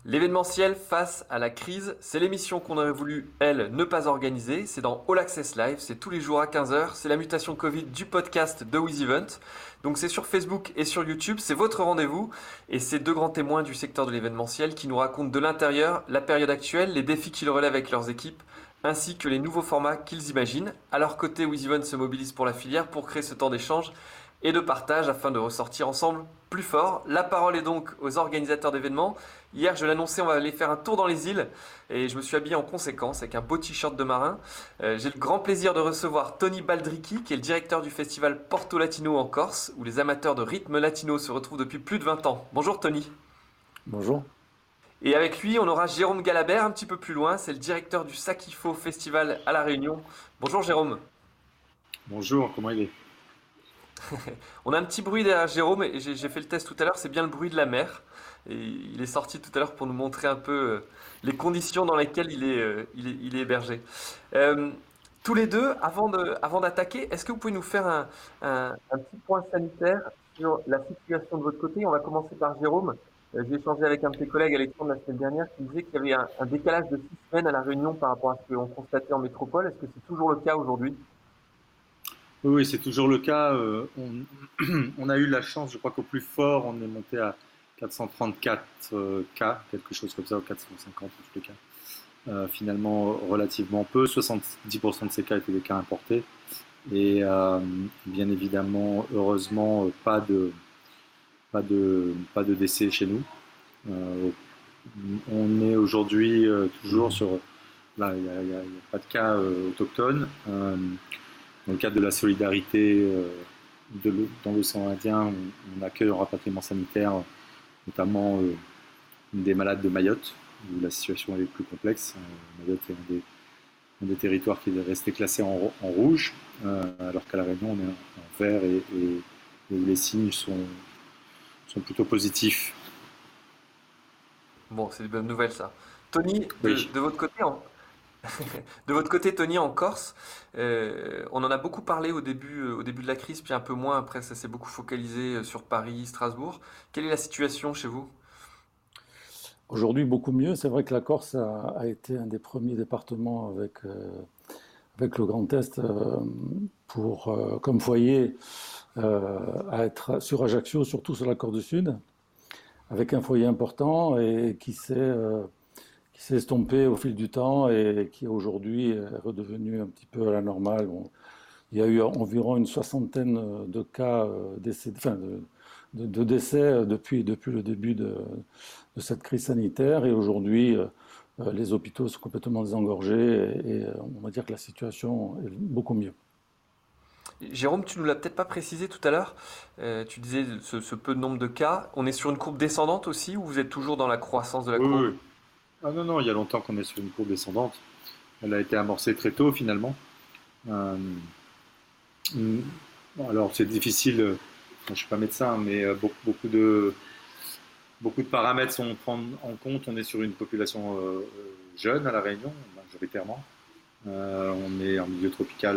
L'événementiel face à la crise, c'est l'émission qu'on aurait voulu, elle, ne pas organiser. C'est dans All Access Live, c'est tous les jours à 15 heures. C'est la mutation Covid du podcast de WizEvent. Donc c'est sur Facebook et sur YouTube, c'est votre rendez-vous. Et c'est deux grands témoins du secteur de l'événementiel qui nous racontent de l'intérieur la période actuelle, les défis qu'ils relèvent avec leurs équipes, ainsi que les nouveaux formats qu'ils imaginent. À leur côté, WizEvent se mobilise pour la filière pour créer ce temps d'échange et de partage afin de ressortir ensemble plus fort. La parole est donc aux organisateurs d'événements. Hier, je l'annonçais, on va aller faire un tour dans les îles et je me suis habillé en conséquence avec un beau t-shirt de marin. J'ai le grand plaisir de recevoir Tony Baldricchi, qui est le directeur du festival Porto Latino en Corse, où les amateurs de rythme latino se retrouvent depuis plus de 20 ans. Bonjour Tony. Bonjour. Et avec lui, on aura Jérôme Galabert, un petit peu plus loin, c'est le directeur du Sakifo Festival à La Réunion. Bonjour Jérôme. Bonjour, comment il est? On a un petit bruit derrière Jérôme et j'ai fait le test tout à l'heure, c'est bien le bruit de la mer. Et il est sorti tout à l'heure pour nous montrer un peu les conditions dans lesquelles il est hébergé. Euh, Tous les deux, avant d'attaquer, est-ce que vous pouvez nous faire un petit point sanitaire sur la situation de votre côté? On va commencer par Jérôme. J'ai échangé avec un de tes collègues, Alexandre, la semaine dernière, qui disait qu'il y avait un décalage de 6 semaines à La Réunion par rapport à ce qu'on constatait en métropole. Est-ce que c'est toujours le cas aujourd'hui? Oui, oui, c'est toujours le cas. On a eu la chance, je crois qu'au plus fort, on est monté à 434 cas, quelque chose comme ça, ou 450 en tous les cas. Finalement, relativement peu. 70% de ces cas étaient des cas importés. Et bien évidemment, heureusement, pas de décès chez nous. Euh, on est aujourd'hui toujours sur. Là, il y a pas de cas autochtones. Dans le cadre de la solidarité dans l'océan Indien, on accueille un rapatriement sanitaire, notamment des malades de Mayotte, où la situation est plus complexe. Mayotte est un des territoires qui est resté classé en rouge, alors qu'à La Réunion, on est en vert et où les signes sont plutôt positifs. Bon, c'est de bonnes nouvelles ça. Tony, Oui. de votre côté, de votre côté, Tony, en Corse, on en a beaucoup parlé au début de la crise, puis un peu moins. Après, ça s'est beaucoup focalisé sur Paris, Strasbourg. Quelle est la situation chez vous? Aujourd'hui, beaucoup mieux. C'est vrai que la Corse a été un des premiers départements avec le Grand Est comme foyer à être sur Ajaccio, surtout sur la Corse du Sud, avec un foyer important et qui s'est estompé au fil du temps et qui aujourd'hui est redevenu un petit peu à la normale. Il y a eu environ une soixantaine de cas décès, enfin de décès depuis le début de cette crise sanitaire. Et aujourd'hui, les hôpitaux sont complètement désengorgés et on va dire que la situation est beaucoup mieux. Jérôme, tu nous l'as peut-être pas précisé tout à l'heure. Tu disais ce peu de nombre de cas. On est sur une courbe descendante aussi, ou vous êtes toujours dans la croissance de la Oui, oui, courbe? oui. Ah non, non, il y a longtemps qu'on est sur une courbe descendante. Elle a été amorcée très tôt finalement. Euh, bon, alors c'est difficile, je ne suis pas médecin, mais beaucoup de paramètres sont à prendre en compte. On est sur une population jeune à La Réunion, majoritairement. On est en milieu tropical.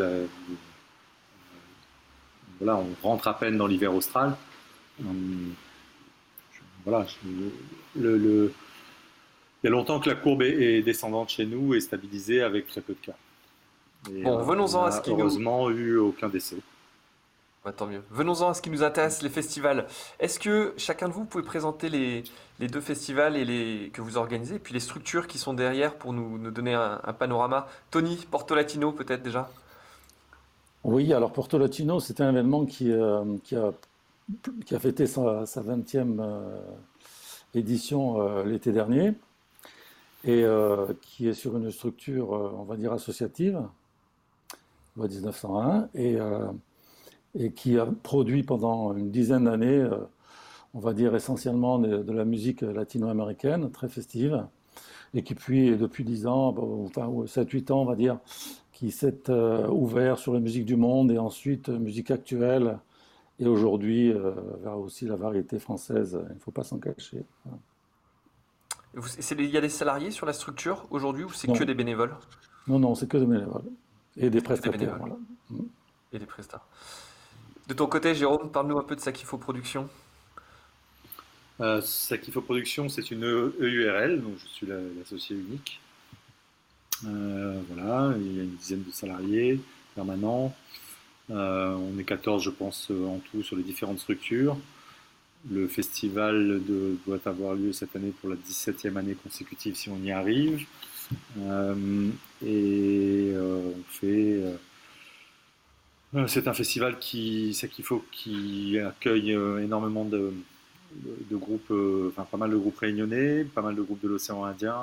Voilà, on rentre à peine dans l'hiver austral. Euh, voilà, il y a longtemps que la courbe est descendante chez nous et stabilisée avec très peu de cas. Et Bon, on venons-en à ce n'a qui nous, heureusement eu aucun décès. bah, tant mieux. Venons-en à ce qui nous intéresse, les festivals. Est-ce que chacun de vous pouvez présenter les deux festivals que vous organisez, et puis les structures qui sont derrière pour nous donner un panorama? Tony, Porto Latino peut-être déjà? Oui, alors Porto Latino, c'était un événement qui a fêté sa 20e édition l'été dernier et qui est sur une structure, on va dire, associative, loi 1901, et qui a produit pendant une dizaine d'années, on va dire essentiellement de la musique latino-américaine, très festive, et qui puis, depuis 10 ans, bon, enfin 7-8 ans, on va dire, qui s'est ouvert sur la musique du monde et ensuite musique actuelle, et aujourd'hui vers aussi la variété française, il ne faut pas s'en cacher. Il y a des salariés sur la structure aujourd'hui ou c'est que Non, des bénévoles? non, non, c'est que des bénévoles et des Que des prestataires, bénévoles voilà. et des prestats. De ton côté, Jérôme, parle-nous un peu de Sakifo Production. Sakifo Production, c'est une EURL, donc je suis l'associé unique. Voilà, il y a une dizaine de salariés permanents. On est 14, je pense, en tout sur les différentes structures. Le festival doit avoir lieu cette année pour la 17e année consécutive si on y arrive. On fait. C'est un festival qui accueille énormément de groupes, enfin pas mal de groupes réunionnais, pas mal de groupes de l'océan Indien.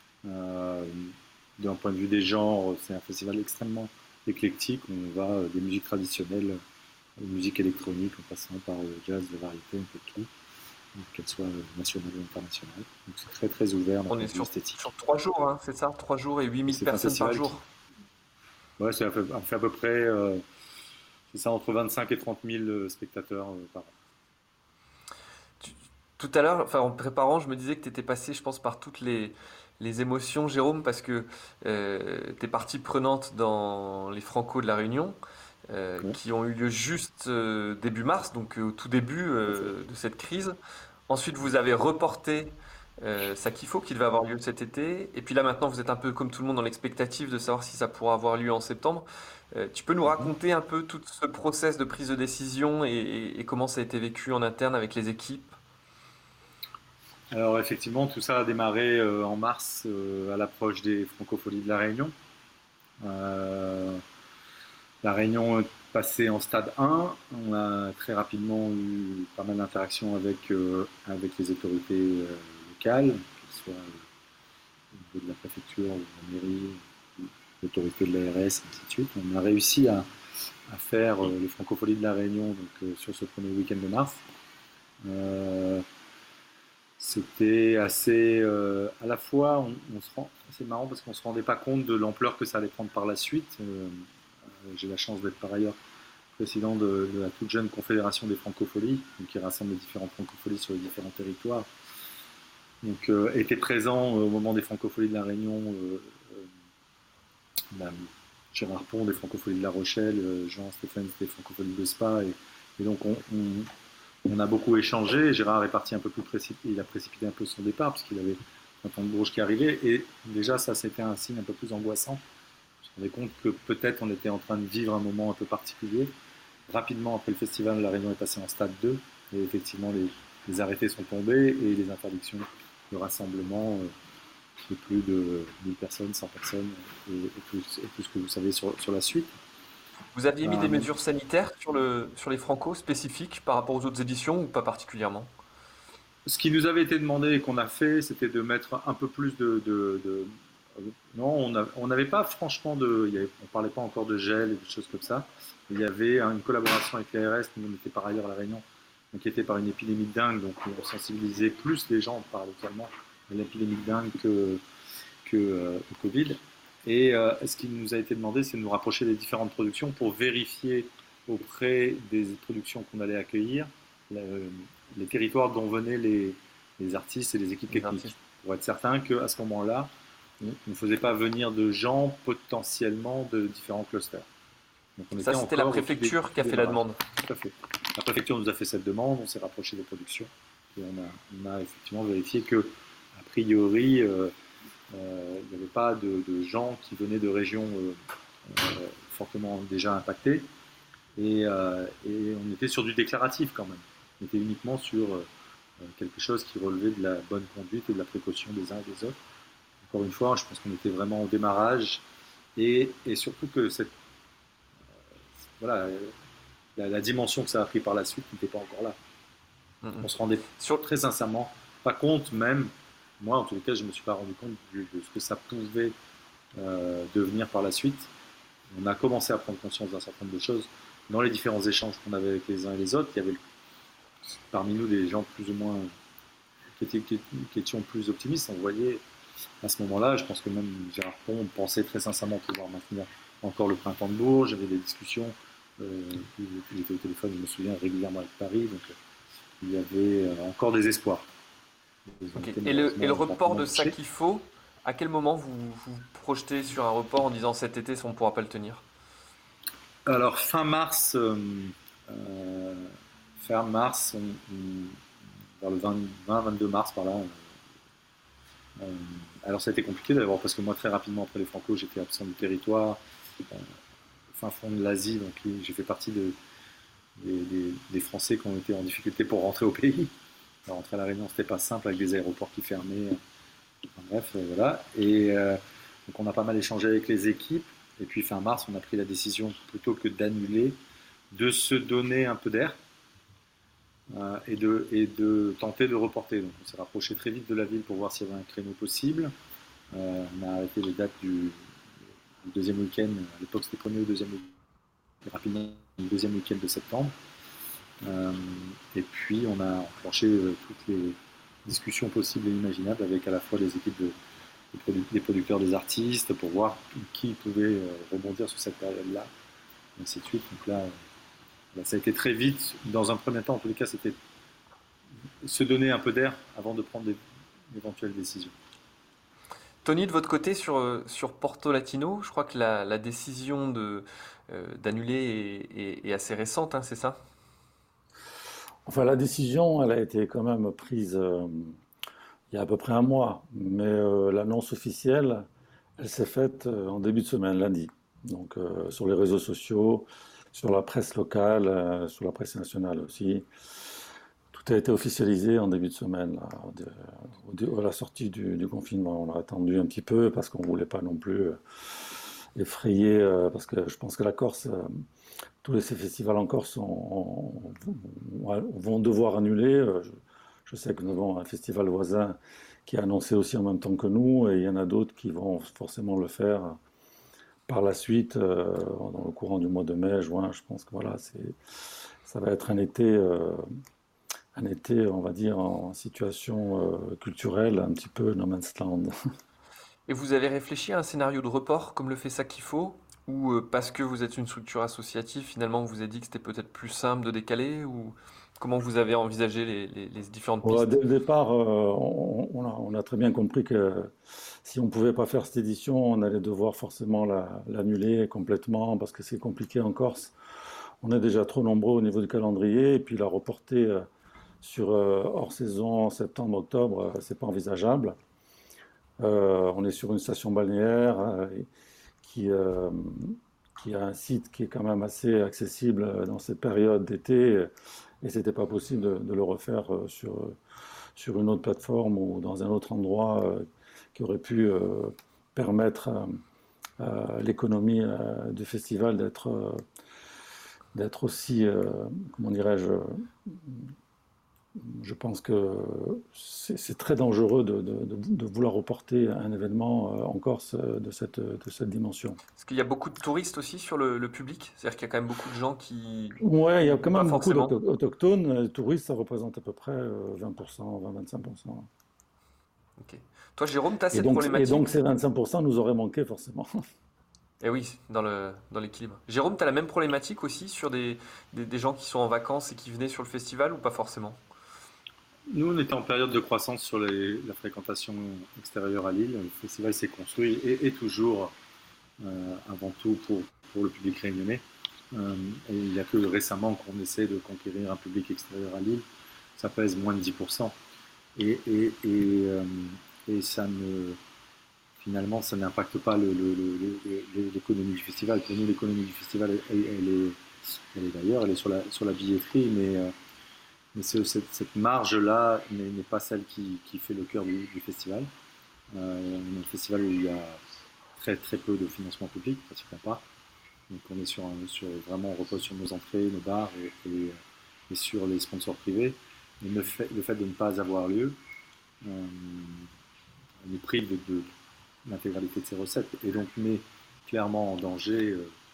D'un point de vue des genres, c'est un festival extrêmement éclectique. On va des musiques traditionnelles aux musiques électroniques, en passant par le jazz, la variété, un peu de tout, qu'elle soit nationale ou internationale. Donc c'est très très ouvert dans On le est point de vue esthétique. sur 3 jours, hein, c'est ça? 3 jours et 8000 C'est un personnes par festival jour. Ouais, on fait à peu près c'est ça, entre 25 et 30 000 spectateurs par an. Tu- Tout à l'heure, enfin, en préparant, je me disais que tu étais passé, je pense, par toutes les émotions, Jérôme, parce que tu es partie prenante dans les Franco de La Réunion, Ouais, qui ont eu lieu juste début mars, donc au tout début tout à fait. de cette crise. Ensuite, vous avez reporté Sakifo, qui devait avoir lieu cet été. Et puis là, maintenant, vous êtes un peu comme tout le monde dans l'expectative de savoir si ça pourra avoir lieu en septembre. Tu peux nous Mhm. raconter un peu tout ce process de prise de décision et comment ça a été vécu en interne avec les équipes? Alors effectivement, tout ça a démarré en mars à l'approche des Francopholies de La Réunion. Euh, La Réunion est passée en stade 1. On a très rapidement eu pas mal d'interactions avec les autorités locales, qu'elles soient au niveau de la préfecture, ou de la mairie, ou l'autorité de l'ARS, ainsi de suite. On a réussi à faire les Francopholies de La Réunion sur ce premier week-end de mars. Euh, C'était assez. À la fois, c'est marrant parce qu'on ne se rendait pas compte de l'ampleur que ça allait prendre par la suite. J'ai la chance d'être par ailleurs président de la toute jeune Confédération des Francopholies, donc qui rassemble les différentes francopholies sur les différents territoires. Donc, était présent au moment des Francopholies de La Réunion, bah, Gérard Pont des Francopholies de La Rochelle, Jean Stéphane des Francopholies de Spa, et donc on a beaucoup échangé. Gérard est parti un peu plus précipité, il a précipité un peu son départ parce qu'il avait un temps de Bourges qui arrivait, et déjà ça c'était un signe un peu plus angoissant. On se rendait compte que peut-être on était en train de vivre un moment un peu particulier. Rapidement après le festival, La Réunion est passée en stade 2, et effectivement les arrêtés sont tombés et les interdictions de rassemblement de plus de 1000 personnes, 100 personnes, et tout ce que vous savez sur la suite. Vous aviez mis des Euh, mesures sanitaires sur les Franco spécifiques par rapport aux autres éditions ou pas particulièrement? Ce qui nous avait été demandé et qu'on a fait, c'était de mettre un peu plus non, on n'avait pas franchement on parlait pas encore de gel et des choses comme ça. Il y avait une collaboration avec l'ARS, nous on était par ailleurs à La Réunion, inquiété par une épidémie de dengue, donc on sensibilisait plus les gens paradoxalement à l'épidémie de dengue que au Covid. Et ce qui nous a été demandé, c'est de nous rapprocher des différentes productions pour vérifier auprès des productions qu'on allait accueillir le- les territoires dont venaient les artistes et les équipes Les techniques, artistes. pour être certain qu'à ce moment-là, on ne faisait pas venir de gens potentiellement de différents clusters. Donc on Ça, était c'était la encore préfecture qui tout a fait la démarrage. demande. Tout à fait. La préfecture nous a fait cette demande, on s'est rapproché des productions et on a effectivement vérifié que, a priori, il n'y avait pas de gens qui venaient de régions fortement déjà impactées, et on était sur du déclaratif quand même. On était uniquement sur quelque chose qui relevait de la bonne conduite et de la précaution des uns et des autres. Encore une fois, je pense qu'on était vraiment au démarrage, et surtout que voilà, la dimension que ça a pris par la suite n'était pas encore là. Mhm. On se rendait Sur, très sincèrement pas compte, même moi en tout cas, je ne me suis pas rendu compte de ce que ça pouvait devenir par la suite. On a commencé à prendre conscience d'un certain nombre de choses dans les différents échanges qu'on avait avec les uns et les autres. Il y avait parmi nous des gens plus ou moins qui étions plus optimistes. On voyait à ce moment-là, je pense que même Gérard Pont pensait très sincèrement pouvoir maintenir encore le printemps de Bourges. J'avais des discussions, il était au téléphone, je me souviens, régulièrement avec Paris, donc il y avait encore des espoirs. Ils ont ok. été Et le malheureusement report fortement de touchés. Sakifo, à quel moment vous projetez sur un report en disant cet été, on ne pourra pas le tenir? Alors euh, fin mars, vers le 20-22 mars par là. Alors ça a été compliqué d'abord parce que moi très rapidement après les Franco j'étais absent du territoire, fin fond de l'Asie, donc j'ai fait partie des Français qui ont été en difficulté pour rentrer au pays. Alors, rentrer à La Réunion c'était pas simple avec des aéroports qui fermaient. Enfin, bref, voilà. Et donc on a pas mal échangé avec les équipes. Et puis fin mars on a pris la décision plutôt que d'annuler, de se donner un peu d'air. Et de tenter de reporter. Donc on s'est rapproché très vite de la ville pour voir s'il y avait un créneau possible. On a arrêté les dates du deuxième week-end. À l'époque c'était le premier ou deuxième week-end, rapidement le deuxième week-end de septembre. Et puis on a enclenché toutes les discussions possibles et imaginables avec à la fois les équipes des producteurs, des artistes, pour voir qui pouvait rebondir sur cette période-là, et ainsi de suite. Donc là, ça a été très vite. Dans un premier temps, en tous les cas, c'était se donner un peu d'air avant de prendre d'éventuelles décisions. Tony, de votre côté, sur Porto Latino, je crois que la décision d'annuler est assez récente, hein, c'est ça? Enfin, la décision, elle a été quand même prise il y a à peu près un mois, mais l'annonce officielle, elle s'est faite en début de semaine, lundi. Donc, sur les réseaux sociaux, sur la presse locale, sur la presse nationale aussi. Tout a été officialisé en début de semaine, là, à la sortie du confinement. On a attendu un petit peu parce qu'on ne voulait pas non plus effrayer, parce que je pense que la Corse, tous ces festivals en Corse vont devoir annuler. Je sais que nous avons un festival voisin qui a annoncé aussi en même temps que nous, et il y en a d'autres qui vont forcément le faire par la suite, dans le courant du mois de mai, juin. Je pense que voilà, ça va être un été, on va dire, en situation culturelle, un petit peu no man's land. Et vous avez réfléchi à un scénario de report comme le fait Sakifo, ou parce que vous êtes une structure associative, finalement vous vous êtes dit que c'était peut-être plus simple de décaler, ou comment vous avez envisagé les différentes Dès pistes? le départ, on a très bien compris que si on ne pouvait pas faire cette édition, on allait devoir forcément l'annuler complètement parce que c'est compliqué en Corse. On est déjà trop nombreux au niveau du calendrier et puis la reporter sur hors saison en septembre, octobre, c'est pas envisageable. On est sur une station balnéaire qui, euh, qui a un site qui est quand même assez accessible dans cette période d'été et c'était pas possible de le refaire sur une autre plateforme ou dans un autre endroit qui aurait pu permettre à l'économie du festival d'être aussi, comment dirais-je, je pense que c'est très dangereux de vouloir reporter un événement en Corse de cette dimension. Parce qu'il y a beaucoup de touristes aussi sur le public, c'est-à-dire qu'il y a quand même beaucoup de gens qui Ouais, il y a n'y quand vont pas même beaucoup forcément. d'autochtones. Les touristes, ça représente à peu près 20%, 20-25%. Ok. Toi, Jérôme, tu as Et cette donc, et problématique? donc ces 25% nous auraient manqué forcément. Eh oui, dans l'équilibre. Jérôme, tu as la même problématique aussi sur des gens qui sont en vacances et qui venaient sur le festival ou pas forcément? Nous, on était en période de croissance sur la fréquentation extérieure à Lille. Le festival s'est construit et toujours avant tout pour le public réunionnais. Et il n'y a que récemment qu'on essaie de conquérir un public extérieur à Lille. Ça pèse moins de 10%. Et finalement, ça n'impacte pas l'économie du festival. Pour nous, l'économie du festival, elle est d'ailleurs, elle est sur la billetterie, mais cette marge-là n'est pas celle qui fait le cœur du festival. On est un festival où il y a très très peu de financement public, pratiquement pas. Donc on est vraiment, on repose sur nos entrées, nos bars et sur les sponsors privés. Mais le fait de ne pas avoir lieu nous prive de l'intégralité de ces recettes et donc met clairement en danger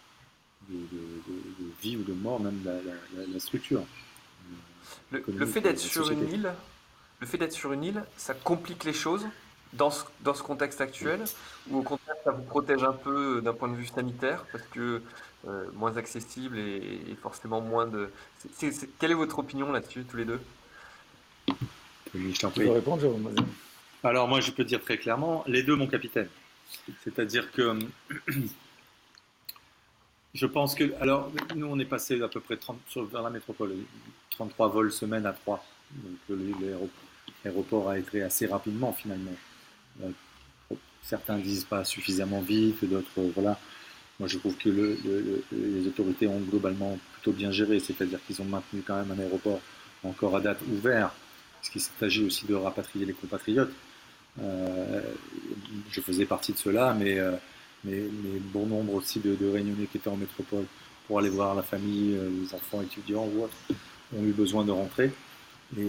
de vie ou de mort même la structure Le fait économique de d'être la sur société. une île, le fait d'être sur une île, ça complique les choses dans ce contexte actuel, ou au contraire, ça vous protège un peu d'un point de vue sanitaire, parce que moins accessible et forcément moins de... Quelle est votre opinion là-dessus, tous les deux? Oui, je t'en Tu veux prie. répondre, Jérôme? Vas-y. Alors moi je peux dire très clairement, les deux mon capitaine. C'est-à-dire que je pense que, alors nous on est passé à peu près 30 vers la métropole, 33 vols semaine à 3. Donc l'aéroport a été assez rapidement finalement. Certains disent pas suffisamment vite, d'autres voilà. Moi je trouve que les autorités ont globalement plutôt bien géré, c'est-à-dire qu'ils ont maintenu quand même un aéroport encore à date ouvert, parce qu'il s'agit aussi de rapatrier les compatriotes. Je faisais partie de ceux-là, mais bon nombre aussi de Réunionnais qui étaient en métropole pour aller voir la famille, les enfants étudiants ou autres, ont eu besoin de rentrer. Et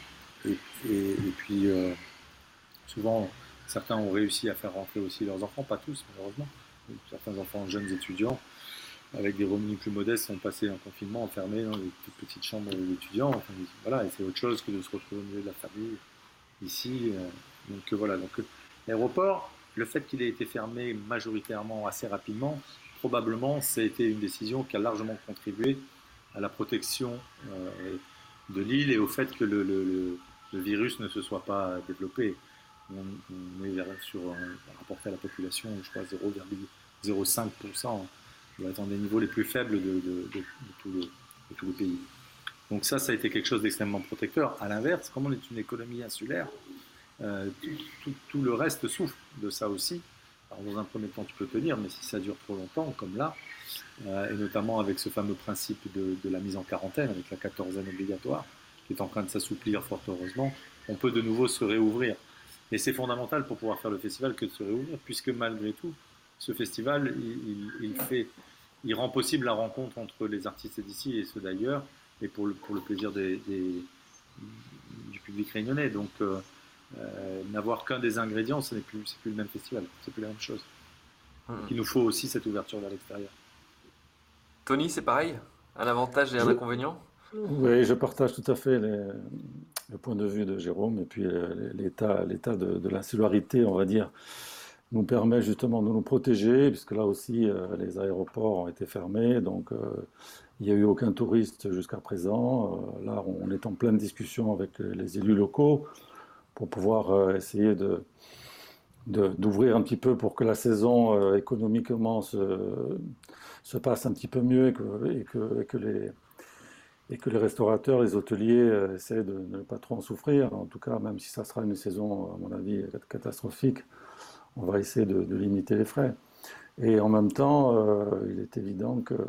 puis, souvent, certains ont réussi à faire rentrer aussi leurs enfants, pas tous malheureusement. Certains enfants jeunes étudiants, avec des revenus plus modestes, sont passés en confinement, enfermés dans les toutes petites chambres d'étudiants. Enfin, voilà, et c'est autre chose que de se retrouver au milieu de la famille ici. Donc voilà, donc l'aéroport, le fait qu'il ait été fermé majoritairement assez rapidement, probablement, ça a été une décision qui a largement contribué à la protection de l'île et au fait que le virus ne se soit pas développé. On est rapporté à la population, je crois, 0,05%, dans des niveaux les plus faibles de tout le pays. Donc ça a été quelque chose d'extrêmement protecteur. À l'inverse, comme on est une économie insulaire, tout le reste souffre de ça aussi. Alors, dans un premier temps, tu peux tenir, mais si ça dure trop longtemps, comme là, et notamment avec ce fameux principe de la mise en quarantaine, avec la quatorzaine obligatoire, qui est en train de s'assouplir fort heureusement, on peut de nouveau se réouvrir. Et c'est fondamental pour pouvoir faire le festival que de se réouvrir, puisque malgré tout, ce festival, il rend possible la rencontre entre les artistes d'ici et ceux d'ailleurs, et pour le plaisir du public réunionnais. Donc, n'avoir qu'un des ingrédients, c'est plus le même festival, c'est plus la même chose. Donc, il nous faut aussi cette ouverture vers l'extérieur. Tony, c'est pareil? Un avantage et un inconvénient? Oui, je partage tout à fait le point de vue de Jérôme, et puis l'état de l'insularité, on va dire, nous permet justement de nous protéger, puisque là aussi les aéroports ont été fermés, donc il n'y a eu aucun touriste jusqu'à présent. Là, on est en pleine discussion avec les élus locaux pour pouvoir essayer d'ouvrir un petit peu pour que la saison économiquement se passe un petit peu mieux et que les restaurateurs, les hôteliers essaient de ne pas trop en souffrir. En tout cas, même si ça sera une saison, à mon avis, catastrophique, on va essayer de limiter les frais. Et en même temps, il est évident que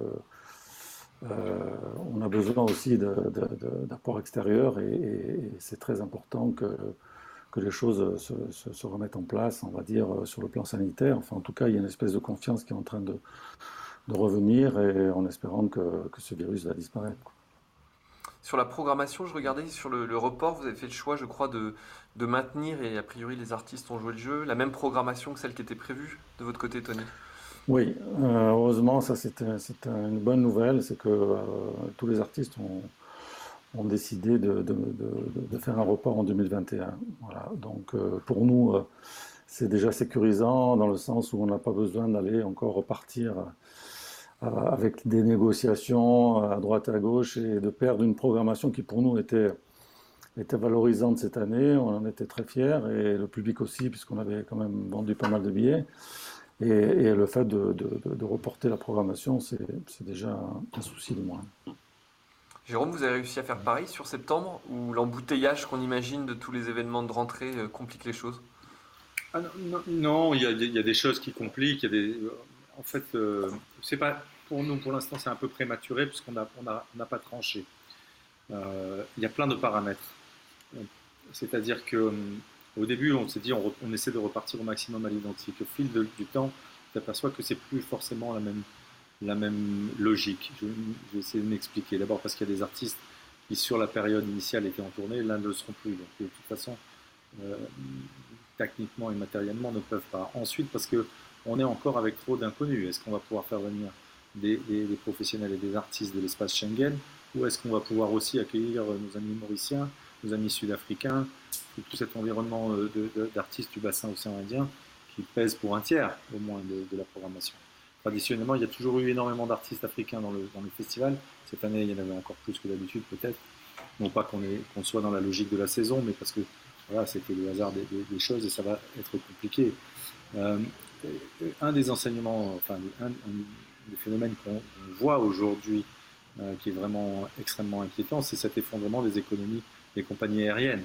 on a besoin aussi d'apports extérieurs et c'est très important que les choses se remettent en place, on va dire, sur le plan sanitaire. Enfin, en tout cas, il y a une espèce de confiance qui est en train de revenir et en espérant que ce virus va disparaître. Sur la programmation, je regardais sur le report, vous avez fait le choix, je crois, de maintenir, et a priori les artistes ont joué le jeu, la même programmation que celle qui était prévue de votre côté, Tony. Oui, heureusement, ça c'est une bonne nouvelle, c'est que tous les artistes ont décidé de faire un report en 2021. Voilà. Donc pour nous, c'est déjà sécurisant dans le sens où on n'a pas besoin d'aller encore repartir avec des négociations à droite et à gauche et de perdre une programmation qui pour nous était valorisante cette année. On en était très fiers et le public aussi, puisqu'on avait quand même vendu pas mal de billets. Et le fait de reporter la programmation, c'est déjà un souci de moins. Jérôme, vous avez réussi à faire pareil sur septembre, où l'embouteillage qu'on imagine de tous les événements de rentrée complique les choses? Non, il y a des choses qui compliquent. En fait, c'est pas pour nous, pour l'instant, c'est un peu prématuré puisqu'on n'a pas tranché. Il y a plein de paramètres. C'est-à-dire que au début, on s'est dit, on essaie de repartir au maximum à l'identique. Au fil du temps, on s'aperçoit que c'est plus forcément la même logique. Je vais essayer de m'expliquer. D'abord parce qu'il y a des artistes qui, sur la période initiale, étaient en tournée, là ne le seront plus. Donc, de toute façon, techniquement et matériellement, ne peuvent pas. Ensuite, parce qu'on est encore avec trop d'inconnus. Est-ce qu'on va pouvoir faire venir des professionnels et des artistes de l'espace Schengen, ou est-ce qu'on va pouvoir aussi accueillir nos amis mauriciens, nos amis sud-africains, tout cet environnement d'artistes du bassin océan Indien qui pèse pour un tiers au moins de la programmation. Traditionnellement, il y a toujours eu énormément d'artistes africains dans le festival. Cette année, il y en avait encore plus que d'habitude peut-être. Non pas qu'on soit dans la logique de la saison, mais parce que voilà, c'était le hasard des choses et ça va être compliqué. Un des enseignements, enfin un des phénomènes qu'on voit aujourd'hui qui est vraiment extrêmement inquiétant, c'est cet effondrement des économies les compagnies aériennes.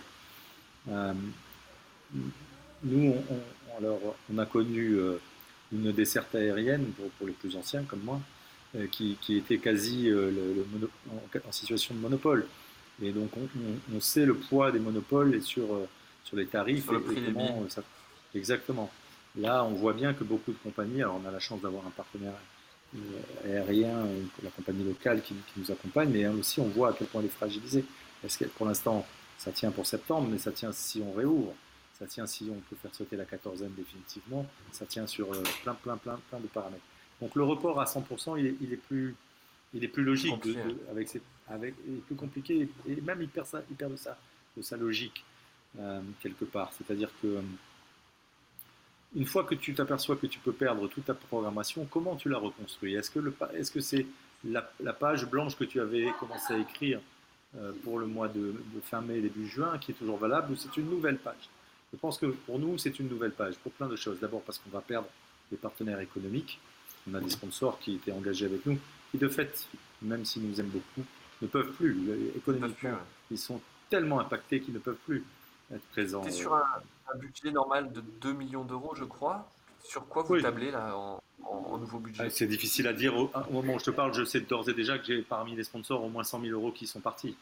Nous, on a connu une desserte aérienne, pour les plus anciens comme moi, qui était quasi en situation de monopole. Et donc, on sait le poids des monopoles et sur les tarifs. Sur le prix des billets. Exactement. Là, on voit bien que beaucoup de compagnies, alors on a la chance d'avoir un partenaire aérien, la compagnie locale qui nous accompagne, mais aussi on voit à quel point elle est fragilisée. Parce que pour l'instant, ça tient pour septembre, mais ça tient si on réouvre. Ça tient si on peut faire sauter la quatorzaine définitivement. Ça tient sur plein de paramètres. Donc le report à 100%, il est plus logique. Il est plus compliqué. Et même il perd de sa logique, quelque part. C'est-à-dire que une fois que tu t'aperçois que tu peux perdre toute ta programmation, comment tu la reconstruis? Est-ce que c'est la page blanche que tu avais commencé à écrire pour le mois de fin mai, début juin, qui est toujours valable, ou c'est une nouvelle page? Je pense que pour nous, c'est une nouvelle page, pour plein de choses. D'abord parce qu'on va perdre des partenaires économiques. On a des sponsors qui étaient engagés avec nous, qui de fait, même s'ils nous aiment beaucoup, ne peuvent plus. Économiquement, ils sont tellement impactés qu'ils ne peuvent plus être présents. Tu es sur un budget normal de 2 millions d'euros, je crois. Sur quoi vous tablez là en nouveau budget? C'est difficile à dire. Au moment où je te parle, je sais d'ores et déjà que j'ai parmi les sponsors au moins 100 000 euros qui sont partis.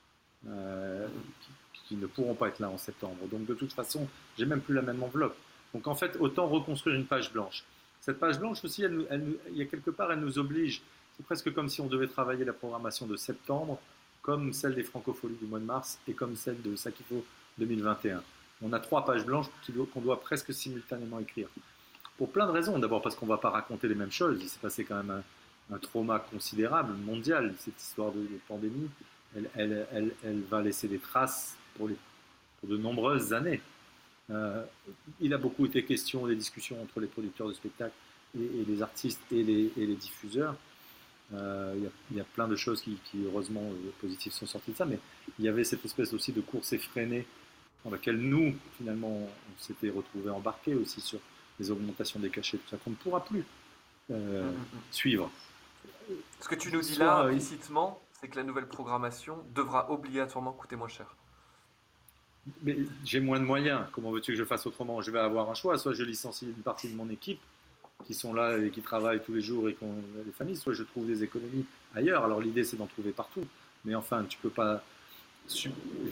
Qui ne pourront pas être là en septembre. Donc de toute façon, j'ai même plus la même enveloppe. Donc en fait, autant reconstruire une page blanche. Cette page blanche aussi, il y a quelque part, elle nous oblige. C'est presque comme si on devait travailler la programmation de septembre, comme celle des Francopholies du mois de mars et comme celle de Sakifo 2021. On a 3 pages blanches qu'on doit presque simultanément écrire. Pour plein de raisons. D'abord parce qu'on ne va pas raconter les mêmes choses. Il s'est passé quand même un trauma considérable, mondial, cette histoire de pandémie. Elle va laisser des traces pour de nombreuses années. Il a beaucoup été question des discussions entre les producteurs de spectacles et les artistes et les diffuseurs. Il y a plein de choses qui heureusement positives sont sorties de ça, mais il y avait cette espèce aussi de course effrénée dans laquelle nous, finalement, on s'était retrouvés embarqués aussi sur les augmentations des cachets, tout ça, qu'on ne pourra plus suivre. Ce que tu nous dis là, implicitement, c'est que la nouvelle programmation devra obligatoirement coûter moins cher. Mais j'ai moins de moyens. Comment veux-tu que je fasse autrement? Je vais avoir un choix. Soit je licencie une partie de mon équipe qui sont là et qui travaillent tous les jours et qui ont les familles, soit je trouve des économies ailleurs. Alors l'idée, c'est d'en trouver partout. Mais enfin, tu peux pas... Tu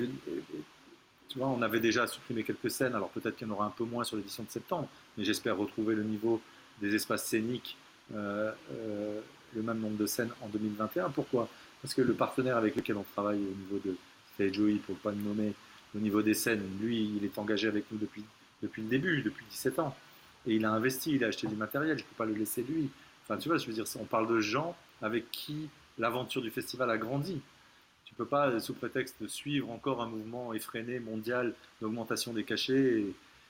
vois, on avait déjà supprimé quelques scènes. Alors peut-être qu'il y en aura un peu moins sur l'édition de septembre. Mais j'espère retrouver le niveau des espaces scéniques, le même nombre de scènes en 2021. Pourquoi? Parce que le partenaire avec lequel on travaille au niveau de Joey, pour ne pas le nommer, au niveau des scènes, lui, il est engagé avec nous depuis le début, depuis 17 ans. Et il a investi, il a acheté du matériel, je ne peux pas le laisser lui. Enfin, tu vois, je veux dire, on parle de gens avec qui l'aventure du festival a grandi. Tu ne peux pas, sous prétexte de suivre encore un mouvement effréné, mondial, d'augmentation des cachets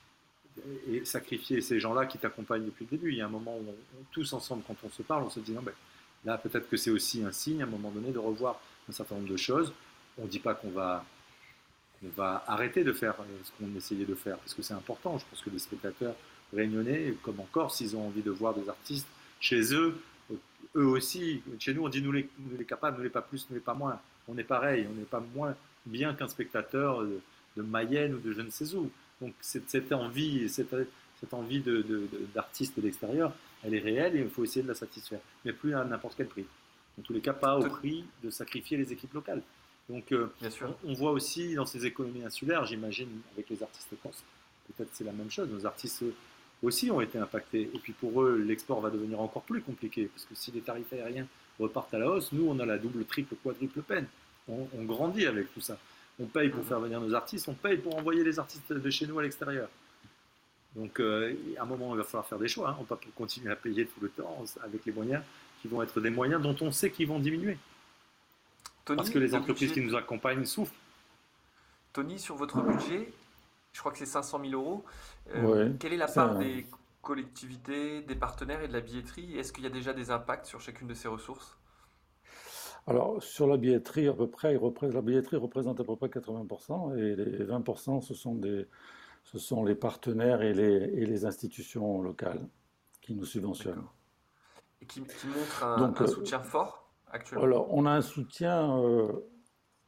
et sacrifier ces gens-là qui t'accompagnent depuis le début. Il y a un moment où tous ensemble, quand on se parle, on se dit, non, ben, là, peut-être que c'est aussi un signe, à un moment donné, de revoir un certain nombre de choses. On ne dit pas qu'on va arrêter de faire ce qu'on essayait de faire, parce que c'est important. Je pense que les spectateurs réunionnais, comme en Corse, ils ont envie de voir des artistes chez eux, eux aussi. Chez nous, on dit nous les capables, nous les pas plus, nous les pas moins. On est pareil, on n'est pas moins bien qu'un spectateur de Mayenne ou de je ne sais où. Donc cette envie d'artistes de l'extérieur, elle est réelle et il faut essayer de la satisfaire, mais plus à n'importe quel prix. En tous les cas, pas au prix de sacrifier les équipes locales. Donc on voit aussi dans ces économies insulaires, j'imagine avec les artistes corses, peut-être c'est la même chose, nos artistes aussi ont été impactés. Et puis pour eux, l'export va devenir encore plus compliqué, parce que si les tarifs aériens repartent à la hausse, nous on a la double, triple, quadruple peine. On grandit avec tout ça. On paye pour faire venir nos artistes, on paye pour envoyer les artistes de chez nous à l'extérieur. Donc à un moment, il va falloir faire des choix. On ne peut pas continuer à payer tout le temps avec les moyens qui vont être des moyens dont on sait qu'ils vont diminuer. Tony, parce que les entreprises qui nous accompagnent souffrent. Tony, sur votre budget, je crois que c'est 500 000 euros. Quelle est la part des collectivités, des partenaires et de la billetterie? Est-ce qu'il y a déjà des impacts sur chacune de ces ressources? Alors, sur la billetterie, à peu près, la billetterie représente à peu près 80%, et les 20%, ce sont les partenaires et les institutions locales qui nous subventionnent. D'accord. Et qui montrent un soutien fort actuellement? Alors, on a un soutien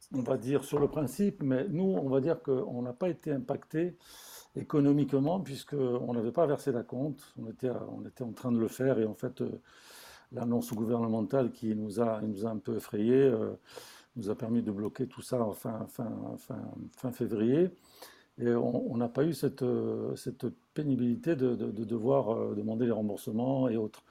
on va dire, sur le principe, mais nous, on va dire qu'on n'a pas été impacté économiquement puisqu'on n'avait pas versé la compte. On était en train de le faire et en fait, l'annonce gouvernementale qui il nous a un peu effrayés nous a permis de bloquer tout ça fin février. Et on n'a pas eu cette pénibilité de devoir demander les remboursements et autres.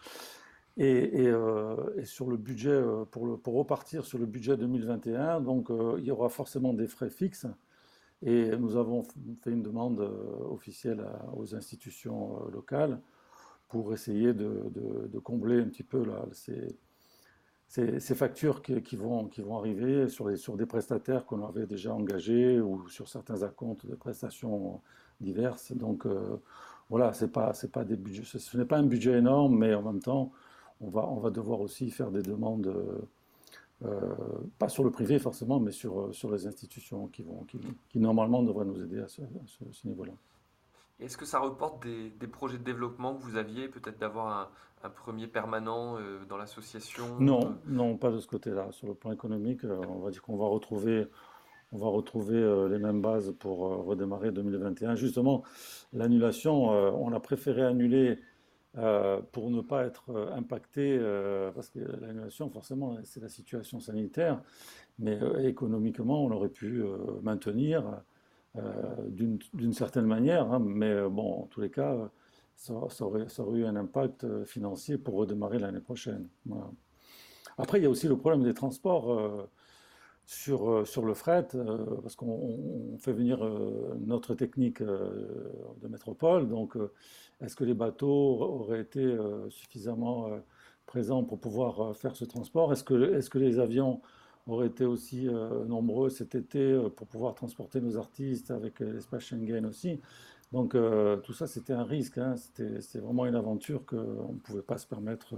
Et sur le budget, pour repartir sur le budget 2021, donc il y aura forcément des frais fixes. Et nous avons fait une demande officielle aux institutions locales pour essayer de combler un petit peu là, ces factures qui vont arriver sur des prestataires qu'on avait déjà engagés ou sur certains acomptes de prestations diverses. Donc voilà, c'est pas des budgets, ce n'est pas un budget énorme, mais en même temps, on va devoir aussi faire des demandes, pas sur le privé forcément, mais sur les institutions qui normalement devraient nous aider à ce niveau-là. Est-ce que ça reporte des projets de développement que vous aviez, peut-être d'avoir un premier permanent dans l'association? Non, non, pas de ce côté-là. Sur le plan économique, on va dire qu'on on va retrouver les mêmes bases pour redémarrer 2021. Justement, l'annulation, on a préféré annuler pour ne pas être impacté, parce que l'annulation, forcément, c'est la situation sanitaire, mais économiquement, on aurait pu maintenir d'une certaine manière, hein, mais bon, en tous les cas, ça aurait eu un impact financier pour redémarrer l'année prochaine. Voilà. Après, il y a aussi le problème des transports sur le fret, parce qu'on fait venir notre technique de métropole. Donc, est-ce que les bateaux auraient été suffisamment présents pour pouvoir faire ce transport? Est-ce que les avions auraient été aussi nombreux cet été pour pouvoir transporter nos artistes avec l'espace Schengen aussi? Donc, tout ça, c'était un risque, hein. C'était vraiment une aventure qu'on ne pouvait pas se permettre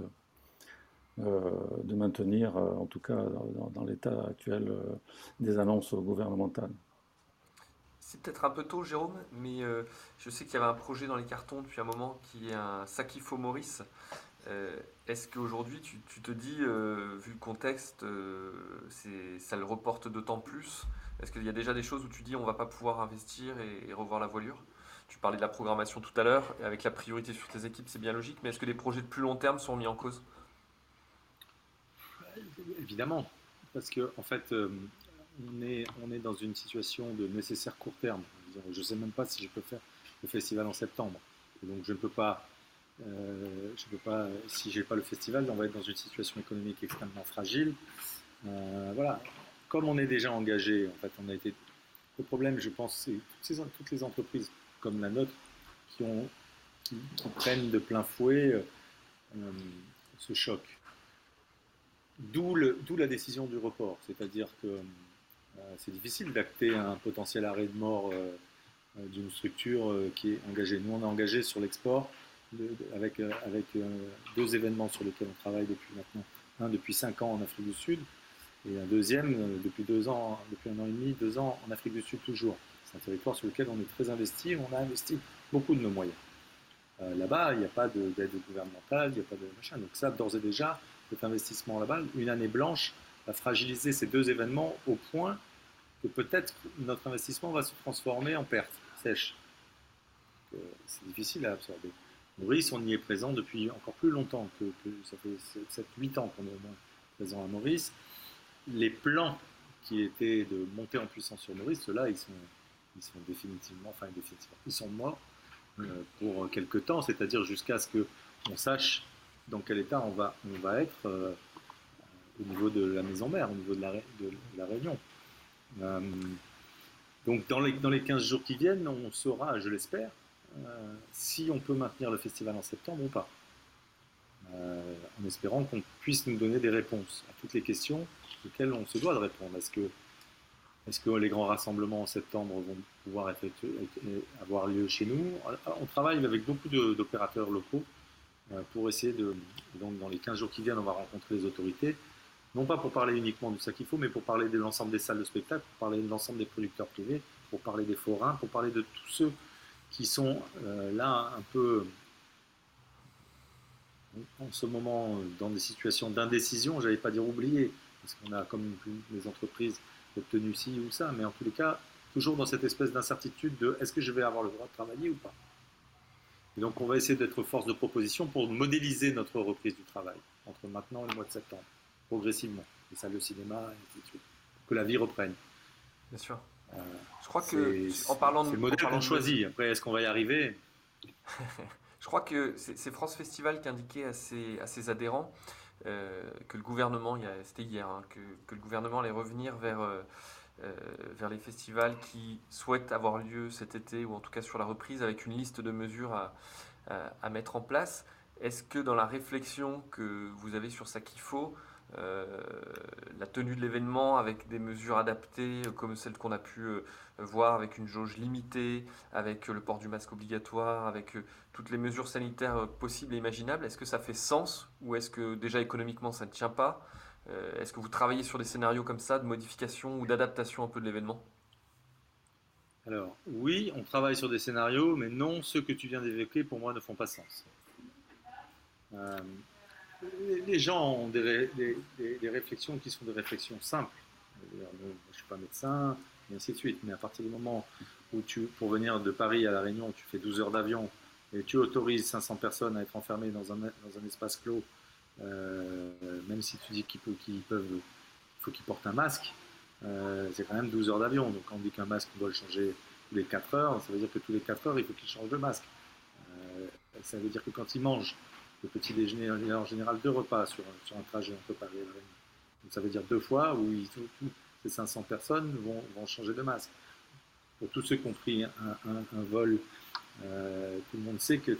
de maintenir, en tout cas dans l'état actuel des annonces gouvernementales. C'est peut-être un peu tôt, Jérôme, mais je sais qu'il y avait un projet dans les cartons depuis un moment qui est un Sakifo Maurice. Est-ce qu'aujourd'hui, tu te dis, vu le contexte, ça le reporte d'autant plus? Est-ce qu'il y a déjà des choses où tu dis on va pas pouvoir investir et revoir la voilure? Tu parlais de la programmation tout à l'heure, et avec la priorité sur tes équipes, c'est bien logique, mais est-ce que des projets de plus long terme sont mis en cause? Évidemment, parce que en fait, on est dans une situation de nécessaire court terme. Je ne sais même pas si je peux faire le festival en septembre. Et donc je peux pas, si j'ai pas le festival, on va être dans une situation économique extrêmement fragile. Voilà. Comme on est déjà engagé, en fait, on a été. Le problème, je pense, c'est toutes les entreprises comme la nôtre qui prennent de plein fouet ce choc. D'où la décision du report, c'est-à-dire que c'est difficile d'acter un potentiel arrêt de mort d'une structure qui est engagée. Nous, on est engagé sur l'export avec deux événements sur lesquels on travaille depuis maintenant. Un depuis 5 ans en Afrique du Sud et un deuxième depuis 2 ans, depuis 1 an et demi, 2 ans en Afrique du Sud toujours. C'est un territoire sur lequel on est très investi, on a investi beaucoup de nos moyens. Là-bas, il n'y a pas d'aide gouvernementale, il n'y a pas de machin. Donc ça, d'ores et déjà, cet investissement là-bas, une année blanche, va fragiliser ces deux événements au point que peut-être notre investissement va se transformer en perte sèche. C'est difficile à absorber. Maurice, on y est présent depuis encore plus longtemps, que ça fait 7-8 ans qu'on est au moins présent à Maurice. Les plans qui étaient de monter en puissance sur Maurice, ceux-là, ils sont définitivement, ils sont morts pour quelques temps, c'est-à-dire jusqu'à ce qu'on sache dans quel état on va être au niveau de la maison mère, au niveau de la Réunion. Donc dans les 15 jours qui viennent, on saura, je l'espère, si on peut maintenir le festival en septembre ou pas. En espérant qu'on puisse nous donner des réponses à toutes les questions auxquelles on se doit de répondre. Est-ce que les grands rassemblements en septembre vont pouvoir avoir lieu chez nous? On travaille avec beaucoup d'opérateurs locaux pour essayer donc dans les 15 jours qui viennent, on va rencontrer les autorités, non pas pour parler uniquement de ça qu'il faut, mais pour parler de l'ensemble des salles de spectacle, pour parler de l'ensemble des producteurs privés, pour parler des forains, pour parler de tous ceux qui sont là un peu en ce moment dans des situations d'indécision, j'allais pas dire oubliées, parce qu'on a comme les entreprises obtenu ci ou ça, mais en tous les cas, toujours dans cette espèce d'incertitude de est-ce que je vais avoir le droit de travailler ou pas. Et donc on va essayer d'être force de proposition pour modéliser notre reprise du travail entre maintenant et le mois de septembre, progressivement, les salles de cinéma, et ainsi de suite, pour que la vie reprenne. Bien sûr. Je crois que, en parlant de... C'est le modèle qu'on choisit. Après, est-ce qu'on va y arriver? Je crois que c'est France Festival qui indiquait à ses adhérents que le gouvernement, c'était hier, hein, que le gouvernement allait revenir vers les festivals qui souhaitent avoir lieu cet été, ou en tout cas sur la reprise, avec une liste de mesures à mettre en place. Est-ce que dans la réflexion que vous avez sur ça qu'il faut, la tenue de l'événement avec des mesures adaptées comme celles qu'on a pu voir avec une jauge limitée, avec le port du masque obligatoire, avec toutes les mesures sanitaires possibles et imaginables, est-ce que ça fait sens ou est-ce que déjà économiquement ça ne tient pas? Est-ce que vous travaillez sur des scénarios comme ça de modification ou d'adaptation un peu de l'événement? Alors, oui, on travaille sur des scénarios, mais non, ceux que tu viens d'évoquer, pour moi, ne font pas sens. Euh, les gens ont des réflexions qui sont des réflexions simples. Je ne suis pas médecin, et ainsi de suite. Mais à partir du moment où pour venir de Paris à La Réunion, tu fais 12 heures d'avion et tu autorises 500 personnes à être enfermées dans un espace clos, même si tu dis qu'il faut qu'ils portent un masque, c'est quand même 12 heures d'avion. Donc quand on dit qu'un masque, on doit le changer tous les 4 heures, ça veut dire que tous les 4 heures, il faut qu'ils changent de masque. Ça veut dire que quand ils mangent le petit déjeuner, il y a en général 2 repas sur un trajet entre Paris et La Réunion. Donc ça veut dire 2 fois où toutes ces 500 personnes vont changer de masque. Pour tous ceux qui ont pris un vol, tout le monde sait que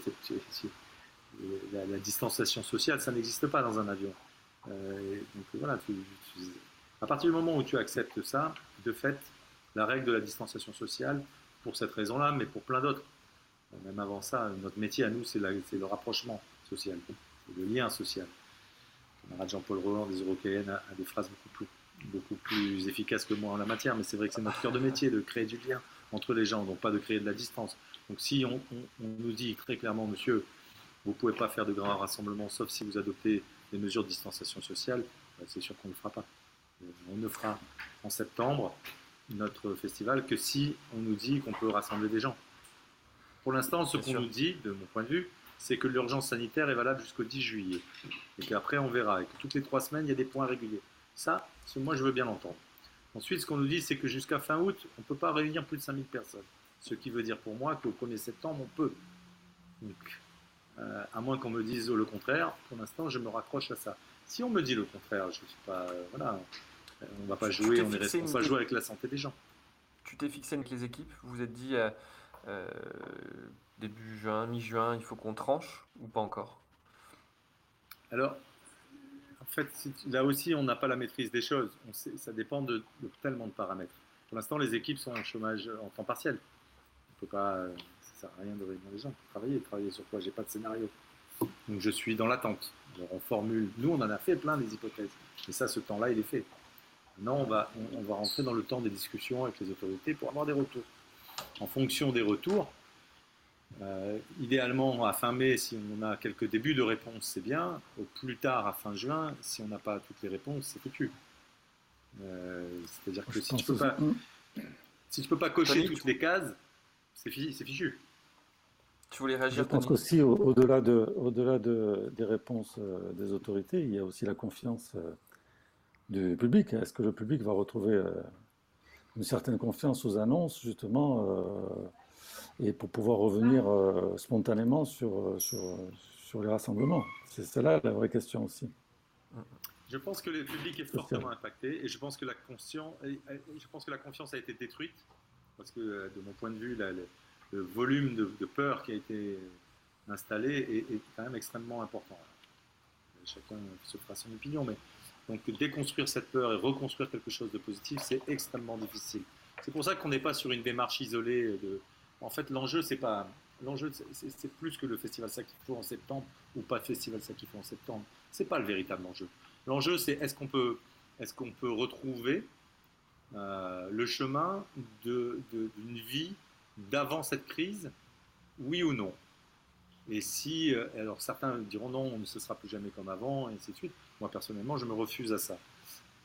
la distanciation sociale, ça n'existe pas dans un avion. Donc voilà, à partir du moment où tu acceptes ça, de fait, la règle de la distanciation sociale, pour cette raison-là, mais pour plein d'autres. Même avant ça, notre métier à nous, c'est le rapprochement social, c'est le lien social. Le camarade Jean-Paul Roland des Eurockéennes a des phrases beaucoup plus efficaces que moi en la matière, mais c'est vrai que c'est notre cœur de métier de créer du lien entre les gens, donc pas de créer de la distance. Donc si on nous dit très clairement, monsieur, vous ne pouvez pas faire de grands rassemblements sauf si vous adoptez des mesures de distanciation sociale, c'est sûr qu'on ne le fera pas. On ne fera en septembre notre festival que si on nous dit qu'on peut rassembler des gens. Pour l'instant, ce qu'on nous dit, de mon point de vue, c'est que l'urgence sanitaire est valable jusqu'au 10 juillet. Et qu'après, on verra. Et que toutes les 3 semaines, il y a des points réguliers. Ça, moi, je veux bien l'entendre. Ensuite, ce qu'on nous dit, c'est que jusqu'à fin août, on ne peut pas réunir plus de 5000 personnes. Ce qui veut dire pour moi qu'au 1er septembre, on peut. Donc, à moins qu'on me dise le contraire, pour l'instant, je me raccroche à ça. Si on me dit le contraire, je ne suis pas... voilà, on ne va pas jouer, on est responsable, jouer avec la santé des gens. Tu t'es fixé avec les équipes, vous vous êtes dit début juin, mi-juin, il faut qu'on tranche ou pas encore? Alors, en fait, là aussi, on n'a pas la maîtrise des choses. Ça dépend de tellement de paramètres. Pour l'instant, les équipes sont en chômage en temps partiel. On peut pas, ça sert à rien de réunir les gens. Travailler sur quoi? J'ai pas de scénario. Donc je suis dans l'attente. Alors, on formule. Nous, on en a fait plein des hypothèses. Et ça, ce temps-là, il est fait. Maintenant, on va rentrer dans le temps des discussions avec les autorités pour avoir des retours. En fonction des retours, idéalement à fin mai, si on a quelques débuts de réponses, c'est bien. Au plus tard, à fin juin, si on n'a pas toutes les réponses, c'est foutu. C'est-à-dire que si tu peux pas cocher toutes les cases, c'est fichu. Tu voulais réagir? Je pense qu'aussi, au-delà des réponses des autorités, il y a aussi la confiance du public. Est-ce que le public va retrouver une certaine confiance aux annonces, justement, et pour pouvoir revenir spontanément sur les rassemblements? C'est là la vraie question aussi. Je pense que le public est fortement impacté et je pense que la confiance a été détruite parce que de mon point de vue, le volume de peur qui a été installé est quand même extrêmement important. Chacun se fera son opinion, mais donc déconstruire cette peur et reconstruire quelque chose de positif, c'est extrêmement difficile. C'est pour ça qu'on n'est pas sur une démarche isolée. En fait, l'enjeu, c'est plus que le festival Sakifo en septembre ou pas de festival Sakifo en septembre. C'est pas le véritable enjeu. L'enjeu, c'est est-ce qu'on peut retrouver le chemin d'une vie d'avant cette crise, oui ou non. Et si, alors certains diront non, ce ne sera plus jamais comme avant, et ainsi de suite. Moi, personnellement, je me refuse à ça.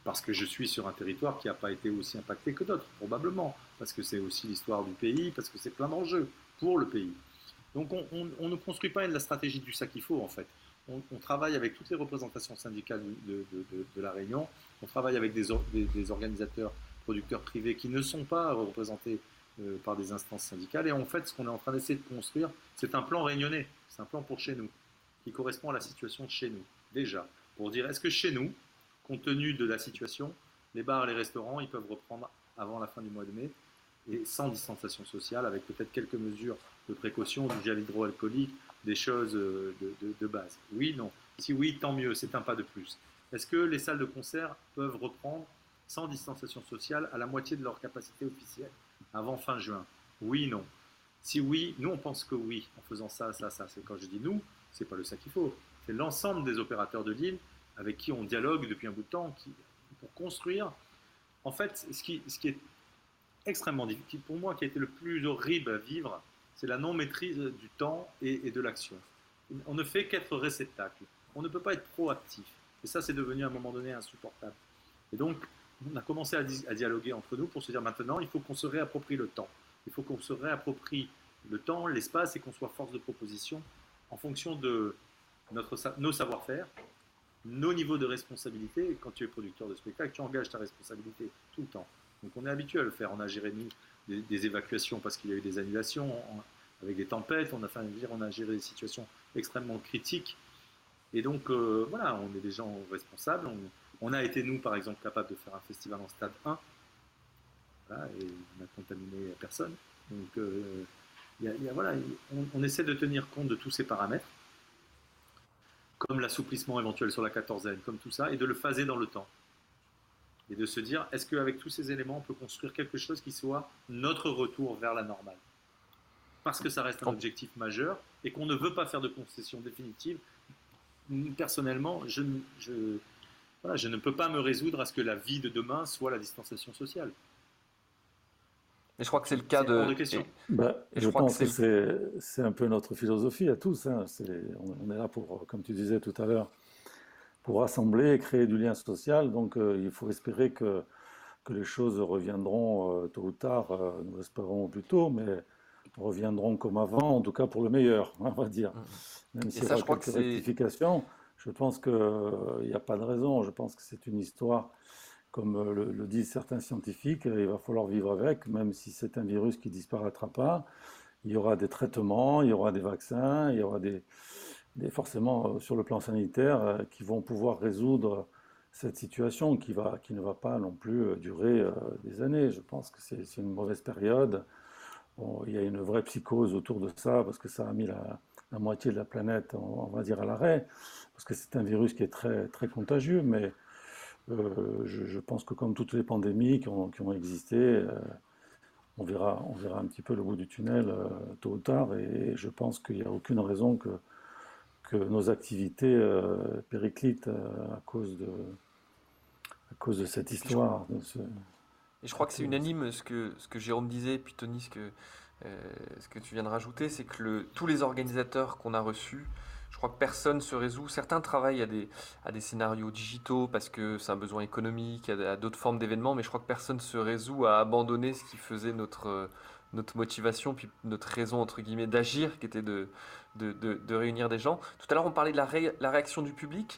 parce que je suis sur un territoire qui n'a pas été aussi impacté que d'autres, probablement, parce que c'est aussi l'histoire du pays, parce que c'est plein d'enjeux pour le pays. Donc on ne construit pas la stratégie du sac qu'il faut, en fait. On travaille avec toutes les représentations syndicales de la Réunion, on travaille avec des organisateurs, producteurs privés qui ne sont pas représentés par des instances syndicales, et en fait, ce qu'on est en train d'essayer de construire, c'est un plan réunionnais, c'est un plan pour chez nous, qui correspond à la situation de chez nous, déjà, pour dire, est-ce que chez nous, compte tenu de la situation, les bars et les restaurants, ils peuvent reprendre avant la fin du mois de mai, et sans distanciation sociale, avec peut-être quelques mesures de précaution, du gel hydroalcoolique, des choses de base. Oui, non. Si oui, tant mieux, c'est un pas de plus. Est-ce que les salles de concert peuvent reprendre sans distanciation sociale à la moitié de leur capacité officielle avant fin juin? Oui, non. Si oui, nous on pense que oui, en faisant ça. C'est quand je dis nous, c'est pas le ça qu'il faut. C'est l'ensemble des opérateurs de l'île avec qui on dialogue depuis un bout de temps pour construire. En fait, ce qui est extrêmement difficile pour moi, qui a été le plus horrible à vivre, c'est la non-maîtrise du temps et de l'action. On ne fait qu'être réceptacle. On ne peut pas être proactif. Et ça, c'est devenu à un moment donné insupportable. Et donc, on a commencé à dialoguer entre nous pour se dire maintenant, il faut qu'on se réapproprie le temps. Il faut qu'on se réapproprie le temps, l'espace et qu'on soit force de proposition en fonction de nos savoir-faire, nos niveaux de responsabilité. Et quand tu es producteur de spectacle, tu engages ta responsabilité tout le temps. Donc on est habitué à le faire. On a géré, nous, des évacuations parce qu'il y a eu des annulations avec des tempêtes. On a géré des situations extrêmement critiques. Et donc, voilà, on est des gens responsables. On a été, nous, par exemple, capables de faire un festival en stade 1. Voilà, et on n'a contaminé personne. Donc, voilà, on essaie de tenir compte de tous ces paramètres, comme l'assouplissement éventuel sur la quatorzaine, comme tout ça, et de le phaser dans le temps. Et de se dire, est-ce qu'avec tous ces éléments, on peut construire quelque chose qui soit notre retour vers la normale? Parce que ça reste un objectif majeur et qu'on ne veut pas faire de concession définitive. Personnellement, je ne peux pas me résoudre à ce que la vie de demain soit la distanciation sociale. Mais je crois que c'est le cas de... Je pense que c'est un peu notre philosophie à tous. Hein. On est là pour, comme tu disais tout à l'heure, pour rassembler et créer du lien social. Donc il faut espérer que les choses reviendront tôt ou tard, nous espérons plus tôt, mais reviendront comme avant, en tout cas pour le meilleur, on va dire. Même s'il y aura quelques rectifications, je pense qu'il n'y a pas de raison. Je pense que c'est une histoire, comme le disent certains scientifiques, il va falloir vivre avec, même si c'est un virus qui ne disparaîtra pas. Il y aura des traitements, il y aura des vaccins, il y aura forcément sur le plan sanitaire qui vont pouvoir résoudre cette situation qui ne va pas non plus durer des années. Je pense que c'est une mauvaise période. Bon, il y a une vraie psychose autour de ça parce que ça a mis la moitié de la planète, on va dire, à l'arrêt, parce que c'est un virus qui est très, très contagieux, mais je pense que comme toutes les pandémies qui ont existé, on verra un petit peu le bout du tunnel tôt ou tard, et je pense qu'il n'y a aucune raison que nos activités périclitent à cause de cette histoire. Et je crois que c'est unanime ce que Jérôme disait, et puis Tony, ce que tu viens de rajouter, c'est que tous les organisateurs qu'on a reçus, je crois que personne se résout. Certains travaillent à des scénarios digitaux parce que c'est un besoin économique, à d'autres formes d'événements, mais je crois que personne se résout à abandonner ce qui faisait notre motivation, puis notre raison, entre guillemets, d'agir, qui était de réunir des gens. Tout à l'heure, on parlait de la réaction du public.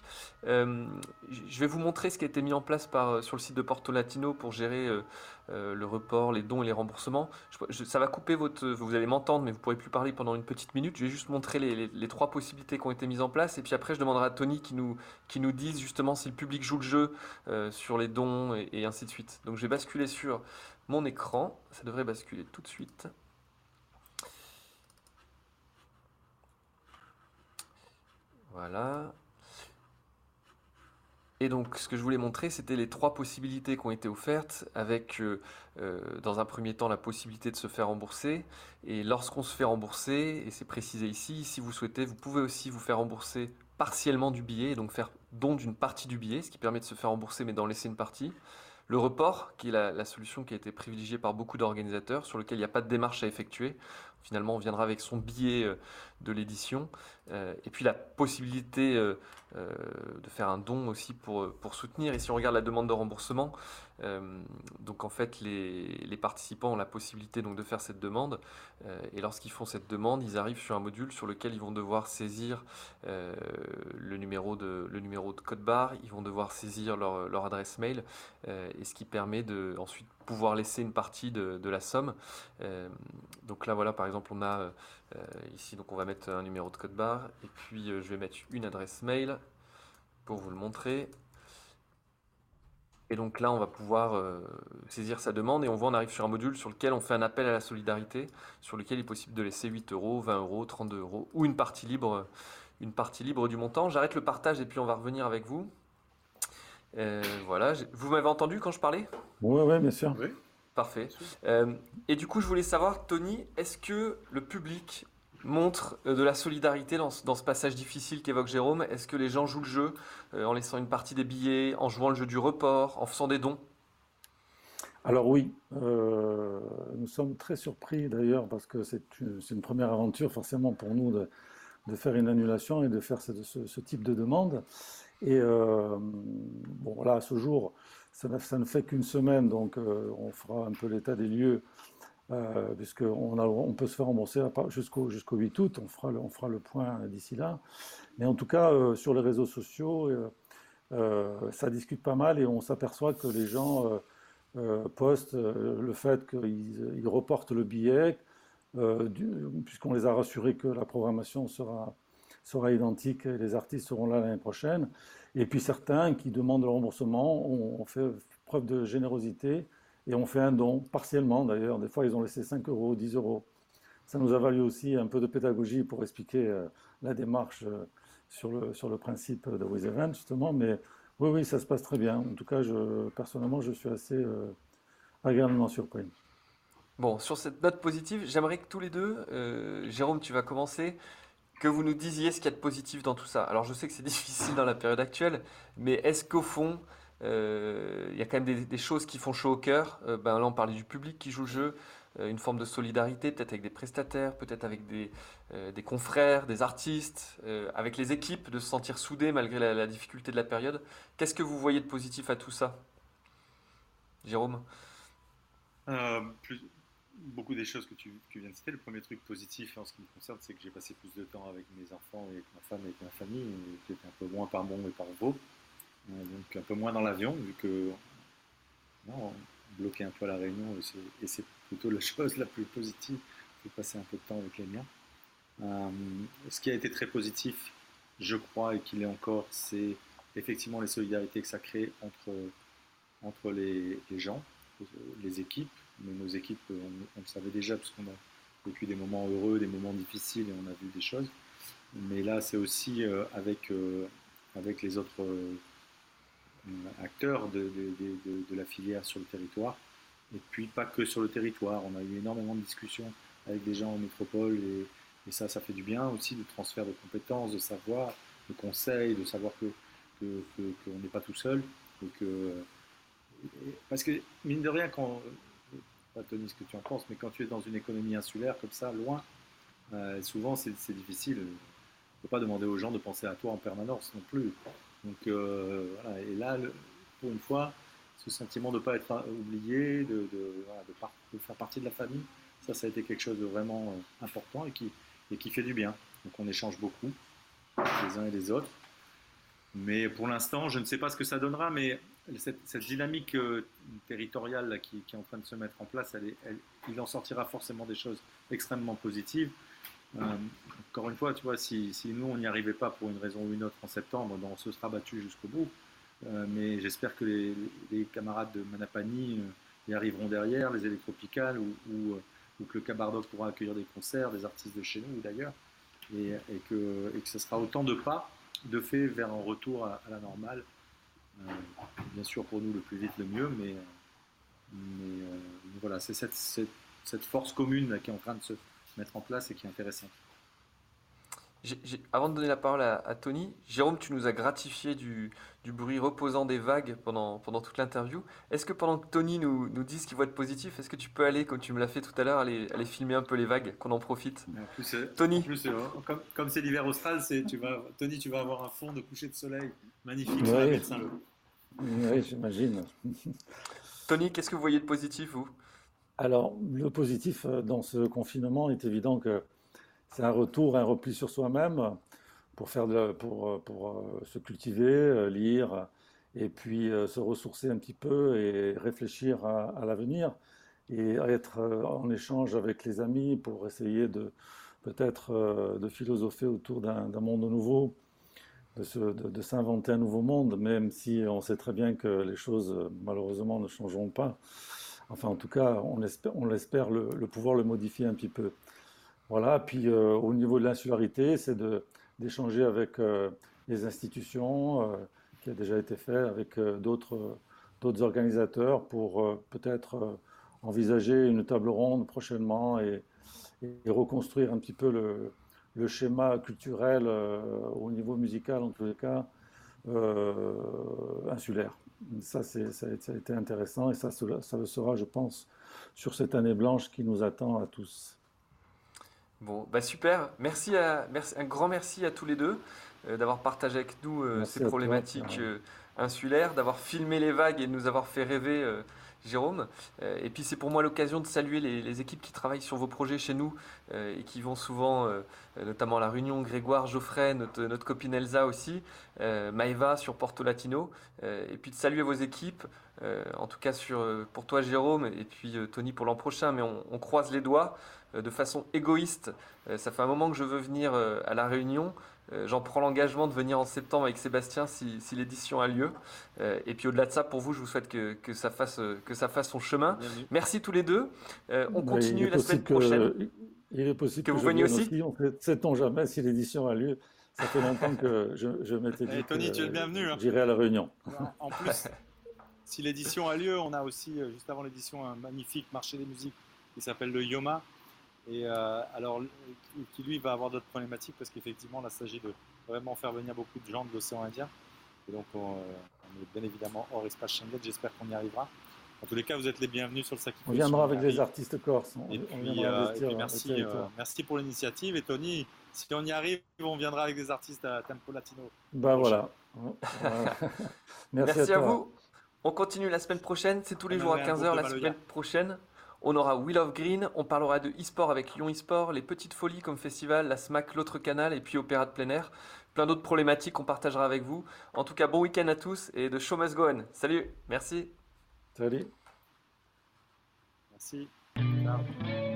Je vais vous montrer ce qui a été mis en place sur le site de Porto Latino pour gérer le report, les dons et les remboursements. Ça va couper vous allez m'entendre, mais vous ne pourrez plus parler pendant une petite minute. Je vais juste montrer les trois possibilités qui ont été mises en place, et puis après, je demanderai à Tony qui nous dise justement si le public joue le jeu sur les dons et ainsi de suite. Donc, je vais basculer sur mon écran. Ça devrait basculer tout de suite. Voilà. Et donc, ce que je voulais montrer, c'était les trois possibilités qui ont été offertes, avec, dans un premier temps, la possibilité de se faire rembourser. Et lorsqu'on se fait rembourser, et c'est précisé ici, si vous souhaitez, vous pouvez aussi vous faire rembourser partiellement du billet, et donc faire don d'une partie du billet, ce qui permet de se faire rembourser, mais d'en laisser une partie. Le report, qui est la solution qui a été privilégiée par beaucoup d'organisateurs, sur lequel il n'y a pas de démarche à effectuer. finalement on viendra avec son billet de l'édition. Et puis la possibilité de faire un don aussi pour soutenir. Et si on regarde la demande de remboursement, donc en fait les participants ont la possibilité donc de faire cette demande. Et lorsqu'ils font cette demande, ils arrivent sur un module sur lequel ils vont devoir saisir le numéro de code barre, ils vont devoir saisir leur adresse mail, et ce qui permet de ensuite pouvoir laisser une partie de la somme. Donc là voilà, par exemple on a ici, donc on va mettre un numéro de code barre et puis je vais mettre une adresse mail pour vous le montrer. Et donc là, on va pouvoir saisir sa demande et on arrive sur un module sur lequel on fait un appel à la solidarité, sur lequel il est possible de laisser 8 euros, 20 euros, 32 euros ou une partie libre du montant. J'arrête le partage et puis on va revenir avec vous. Voilà, vous m'avez entendu quand je parlais ? Oui, bien sûr. Oui. Parfait. Et du coup, je voulais savoir, Tony, est-ce que le public montre de la solidarité dans ce passage difficile qu'évoque Jérôme? Est-ce que les gens jouent le jeu en laissant une partie des billets, en jouant le jeu du report, en faisant des dons? Alors oui, nous sommes très surpris d'ailleurs parce que c'est une première aventure forcément pour nous de faire une annulation et de faire ce type de demande. Et bon, voilà, à ce jour, ça ne fait qu'une semaine, donc on fera un peu l'état des lieux, puisqu'on peut se faire rembourser jusqu'au 8 août, on fera le point d'ici là. Mais en tout cas, sur les réseaux sociaux, ça discute pas mal et on s'aperçoit que les gens postent le fait qu'ils reportent le billet, puisqu'on les a rassurés que la programmation sera identique et les artistes seront là l'année prochaine. Et puis certains qui demandent le remboursement ont fait preuve de générosité et ont fait un don, partiellement d'ailleurs. Des fois, ils ont laissé 5 euros, 10 euros. Ça nous a valu aussi un peu de pédagogie pour expliquer la démarche sur le principe de WizEvent, justement. Mais oui, ça se passe très bien. En tout cas, personnellement, je suis assez agréablement surpris. Bon, sur cette note positive, j'aimerais que tous les deux, Jérôme, tu vas commencer, que vous nous disiez ce qu'il y a de positif dans tout ça. Alors je sais que c'est difficile dans la période actuelle, mais est-ce qu'au fond, il y a quand même des choses qui font chaud au cœur? Là on parlait du public qui joue le jeu, une forme de solidarité, peut-être avec des prestataires, peut-être avec des confrères, des artistes, avec les équipes, de se sentir soudés malgré la difficulté de la période. Qu'est-ce que vous voyez de positif à tout ça, Jérôme? Plus, beaucoup des choses que tu viens de citer. Le premier truc positif en ce qui me concerne, c'est que j'ai passé plus de temps avec mes enfants et avec ma femme et avec ma famille, qui était un peu moins par Mont et par Vaud, donc un peu moins dans l'avion, vu que non, on bloquait un peu à la Réunion, et c'est plutôt la chose la plus positive, de passer un peu de temps avec les miens. Ce qui a été très positif, je crois, et qu'il est encore, c'est effectivement les solidarités que ça crée entre les gens, les équipes. Mais nos équipes, on le savait déjà, parce qu'on a vécu des moments heureux, des moments difficiles, et on a vu des choses. Mais là, c'est aussi avec les autres acteurs de la filière sur le territoire. Et puis, pas que sur le territoire. On a eu énormément de discussions avec des gens en métropole, et ça fait du bien aussi, de transfert de compétences, de savoir, de conseils, de savoir qu'on n'est pas tout seul. Parce que, mine de rien, pas Tony ce que tu en penses, mais quand tu es dans une économie insulaire comme ça, loin, souvent c'est difficile. On ne peut pas demander aux gens de penser à toi en permanence non plus. Donc voilà. Et là, pour une fois, ce sentiment de ne pas être oublié, de faire partie de la famille, ça a été quelque chose de vraiment important et qui fait du bien. Donc on échange beaucoup, les uns et les autres. Mais pour l'instant, je ne sais pas ce que ça donnera, mais cette dynamique territoriale là, qui est en train de se mettre en place, il en sortira forcément des choses extrêmement positives. Encore une fois, tu vois, si nous, on n'y arrivait pas pour une raison ou une autre en septembre, on se sera battu jusqu'au bout. Mais j'espère que les camarades de Manapani y arriveront derrière, les Électropicales, ou que le Cabardoc pourra accueillir des concerts, des artistes de chez nous ou d'ailleurs, et que ce sera autant de pas de fait vers un retour à la normale. Bien sûr, pour nous, le plus vite, le mieux, mais voilà, c'est cette force commune là, qui est en train de se mettre en place et qui est intéressante. Avant de donner la parole à Tony, Jérôme, tu nous as gratifié du bruit reposant des vagues pendant toute l'interview. Est-ce que pendant que Tony nous dit ce qu'il voit de positif, est-ce que tu peux aller, comme tu me l'as fait tout à l'heure, aller filmer un peu les vagues, qu'on en profite? Tony. Comme c'est l'hiver austral, Tony, tu vas avoir un fond de coucher de soleil magnifique sur la Oui, baie de Saint-Lô. oui, j'imagine. Tony, qu'est-ce que vous voyez de positif, vous? Alors, le positif dans ce confinement est évident que c'est un retour, un repli sur soi-même pour se cultiver, lire et puis se ressourcer un petit peu et réfléchir à l'avenir et être en échange avec les amis pour essayer de peut-être de philosopher autour d'un monde nouveau, de s'inventer un nouveau monde, même si on sait très bien que les choses malheureusement ne changeront pas. Enfin, en tout cas, on l'espère le pouvoir le modifier un petit peu. Voilà, puis au niveau de l'insularité, c'est d'échanger avec les institutions, qui a déjà été fait, avec d'autres organisateurs pour peut-être envisager une table ronde prochainement et reconstruire un petit peu le schéma culturel au niveau musical, en tous les cas, insulaire. Ça a été intéressant et ça le sera, je pense, sur cette année blanche qui nous attend à tous. Bon, bah super. Un grand merci à tous les deux d'avoir partagé avec nous ces Merci à toi, problématiques Pierre. insulaires, d'avoir filmé les vagues et de nous avoir fait rêver, Jérôme. Et puis c'est pour moi l'occasion de saluer les équipes qui travaillent sur vos projets chez nous et qui vont souvent, notamment à La Réunion, Grégoire, Geoffrey, notre copine Elsa aussi, Maëva sur Porto Latino. Et puis de saluer vos équipes, en tout cas pour toi Jérôme et puis Tony pour l'an prochain, mais on croise les doigts de façon égoïste. Ça fait un moment que je veux venir à La Réunion. J'en prends l'engagement de venir en septembre avec Sébastien si l'édition a lieu. Et puis au-delà de ça, pour vous, je vous souhaite que ça fasse son chemin. Bienvenue. Merci tous les deux. On Mais continue la semaine prochaine. il est possible Que que vous je veniez vienne aussi. aussi. On ne sait-on jamais si l'édition a lieu. Ça fait longtemps que je m'étais dit Tony, tu es le que bienvenu. j'irai à la Réunion. En plus, si l'édition a lieu, on a aussi, juste avant l'édition, un magnifique marché des musiques qui s'appelle le Yoma. Et qui lui va avoir d'autres problématiques parce qu'effectivement, là, il s'agit de vraiment faire venir beaucoup de gens de l'océan Indien. Et donc, on est bien évidemment hors espace Schengen. J'espère qu'on y arrivera. En tous les cas, vous êtes les bienvenus sur le Sakifoy. On viendra avec les artistes corses. Et puis merci pour l'initiative. Et Tony, si on y arrive, on viendra avec des artistes à Tempo Latino. Bah voilà. Merci à vous. On continue la semaine prochaine. C'est tous les jours à 15h la semaine prochaine. On aura Wheel of Green, on parlera de e-sport avec Lyon e-sport, les petites folies comme festival, la SMAC, l'autre canal et puis opéra de plein air. Plein d'autres problématiques qu'on partagera avec vous. En tout cas, bon week-end à tous et de show must go on. Salut, merci. Salut. Merci. Ciao.